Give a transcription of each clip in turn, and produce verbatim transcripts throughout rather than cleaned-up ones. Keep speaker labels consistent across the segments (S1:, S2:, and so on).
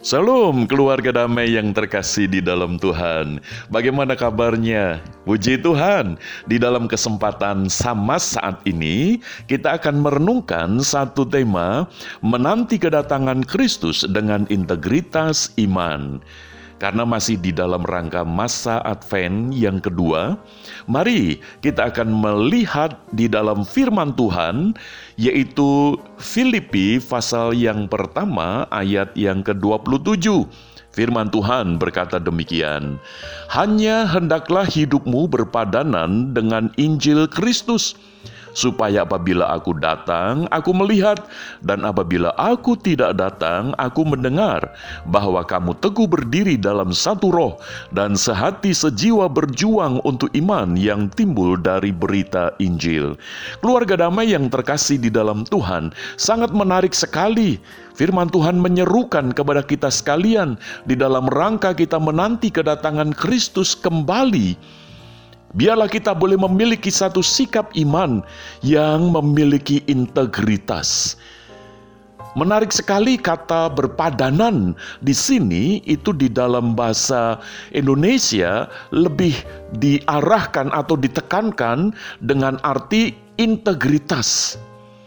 S1: Salam keluarga damai yang terkasih di dalam Tuhan. Bagaimana kabarnya? Puji Tuhan, di dalam kesempatan sama saat ini kita akan merenungkan satu tema, menanti kedatangan Kristus dengan integritas iman. Karena masih di dalam rangka masa Advent yang kedua, mari kita akan melihat di dalam firman Tuhan, yaitu Filipi pasal yang pertama ayat yang ke dua puluh tujuh. Firman Tuhan berkata demikian, "Hanya hendaklah hidupmu berpadanan dengan Injil Kristus, supaya apabila aku datang, aku melihat, dan apabila aku tidak datang, aku mendengar, bahwa kamu teguh berdiri dalam satu roh, dan sehati sejiwa berjuang untuk iman yang timbul dari berita Injil." Keluarga damai yang terkasih di dalam Tuhan, sangat menarik sekali. Firman Tuhan menyerukan kepada kita sekalian, di dalam rangka kita menanti kedatangan Kristus kembali, biarlah kita boleh memiliki satu sikap iman yang memiliki integritas. Menarik sekali kata berpadanan di sini, itu di dalam bahasa Indonesia lebih diarahkan atau ditekankan dengan arti integritas.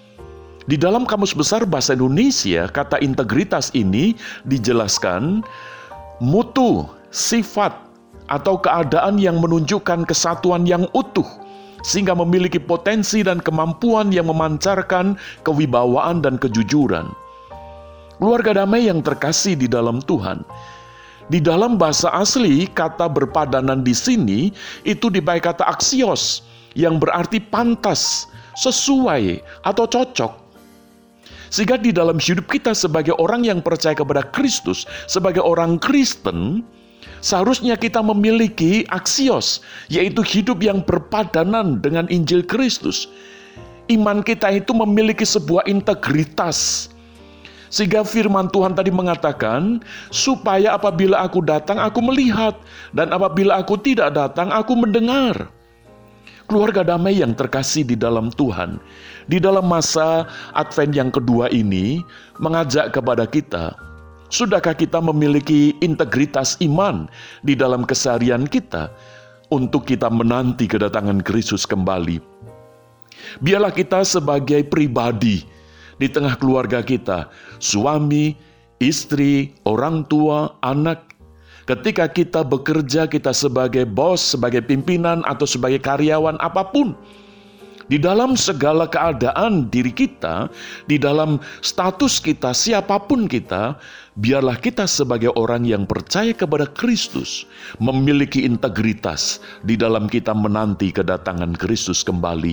S1: Di dalam Kamus Besar Bahasa Indonesia, kata integritas ini dijelaskan mutu, sifat, atau keadaan yang menunjukkan kesatuan yang utuh, sehingga memiliki potensi dan kemampuan yang memancarkan kewibawaan dan kejujuran. Keluarga damai yang terkasih di dalam Tuhan, di dalam bahasa asli kata berpadanan di sini itu dipakai kata aksios, yang berarti pantas, sesuai, atau cocok. Sehingga di dalam hidup kita sebagai orang yang percaya kepada Kristus, sebagai orang Kristen, seharusnya kita memiliki aksios, yaitu hidup yang berpadanan dengan Injil Kristus. Iman kita itu memiliki sebuah integritas. Sehingga firman Tuhan tadi mengatakan, supaya apabila aku datang, aku melihat, dan apabila aku tidak datang, aku mendengar. Keluarga damai yang terkasih di dalam Tuhan, di dalam masa Advent yang kedua ini, mengajak kepada kita, sudahkah kita memiliki integritas iman di dalam keseharian kita untuk kita menanti kedatangan Kristus kembali? Biarlah kita sebagai pribadi di tengah keluarga kita, suami, istri, orang tua, anak, ketika kita bekerja, kita sebagai bos, sebagai pimpinan, atau sebagai karyawan apapun, di dalam segala keadaan diri kita, di dalam status kita, siapapun kita, biarlah kita sebagai orang yang percaya kepada Kristus, memiliki integritas di dalam kita menanti kedatangan Kristus kembali.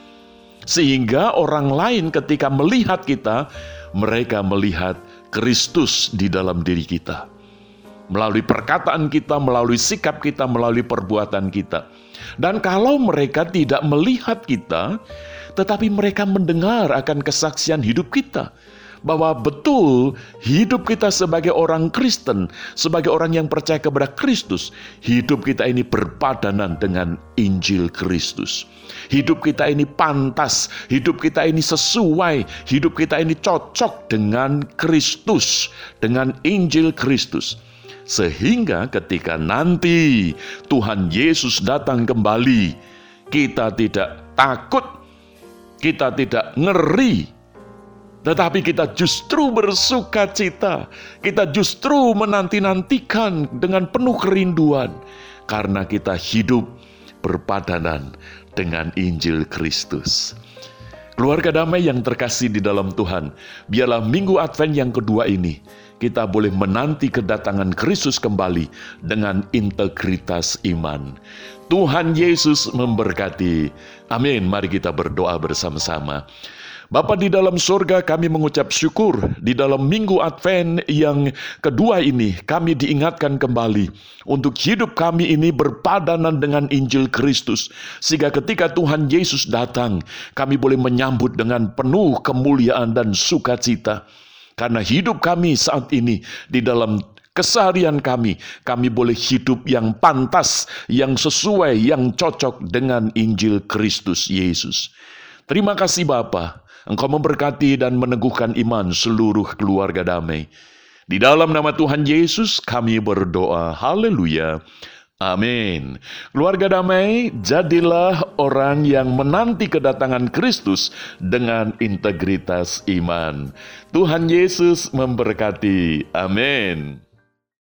S1: Sehingga orang lain ketika melihat kita, mereka melihat Kristus di dalam diri kita. Melalui perkataan kita, melalui sikap kita, melalui perbuatan kita. Dan kalau mereka tidak melihat kita, tetapi mereka mendengar akan kesaksian hidup kita, bahwa betul hidup kita sebagai orang Kristen, sebagai orang yang percaya kepada Kristus, hidup kita ini berpadanan dengan Injil Kristus. Hidup kita ini pantas, hidup kita ini sesuai, hidup kita ini cocok dengan Kristus, dengan Injil Kristus. Sehingga ketika nanti Tuhan Yesus datang kembali, kita tidak takut, kita tidak ngeri, tetapi kita justru bersuka cita, kita justru menanti-nantikan dengan penuh kerinduan, karena kita hidup berpadanan dengan Injil Kristus. Keluarga damai yang terkasih di dalam Tuhan, biarlah minggu Advent yang kedua ini, kita boleh menanti kedatangan Kristus kembali dengan integritas iman. Tuhan Yesus memberkati. Amin. Mari kita berdoa bersama-sama. Bapa di dalam surga, kami mengucap syukur di dalam minggu Advent yang kedua ini kami diingatkan kembali untuk hidup kami ini berpadanan dengan Injil Kristus, sehingga ketika Tuhan Yesus datang, kami boleh menyambut dengan penuh kemuliaan dan sukacita. Karena hidup kami saat ini di dalam keseharian kami, kami boleh hidup yang pantas, yang sesuai, yang cocok dengan Injil Kristus Yesus. Terima kasih Bapa, Engkau memberkati dan meneguhkan iman seluruh keluarga damai. Di dalam nama Tuhan Yesus kami berdoa. Haleluya. Amin. Keluarga damai, jadilah orang yang menanti kedatangan Kristus dengan integritas iman. Tuhan Yesus memberkati. Amin.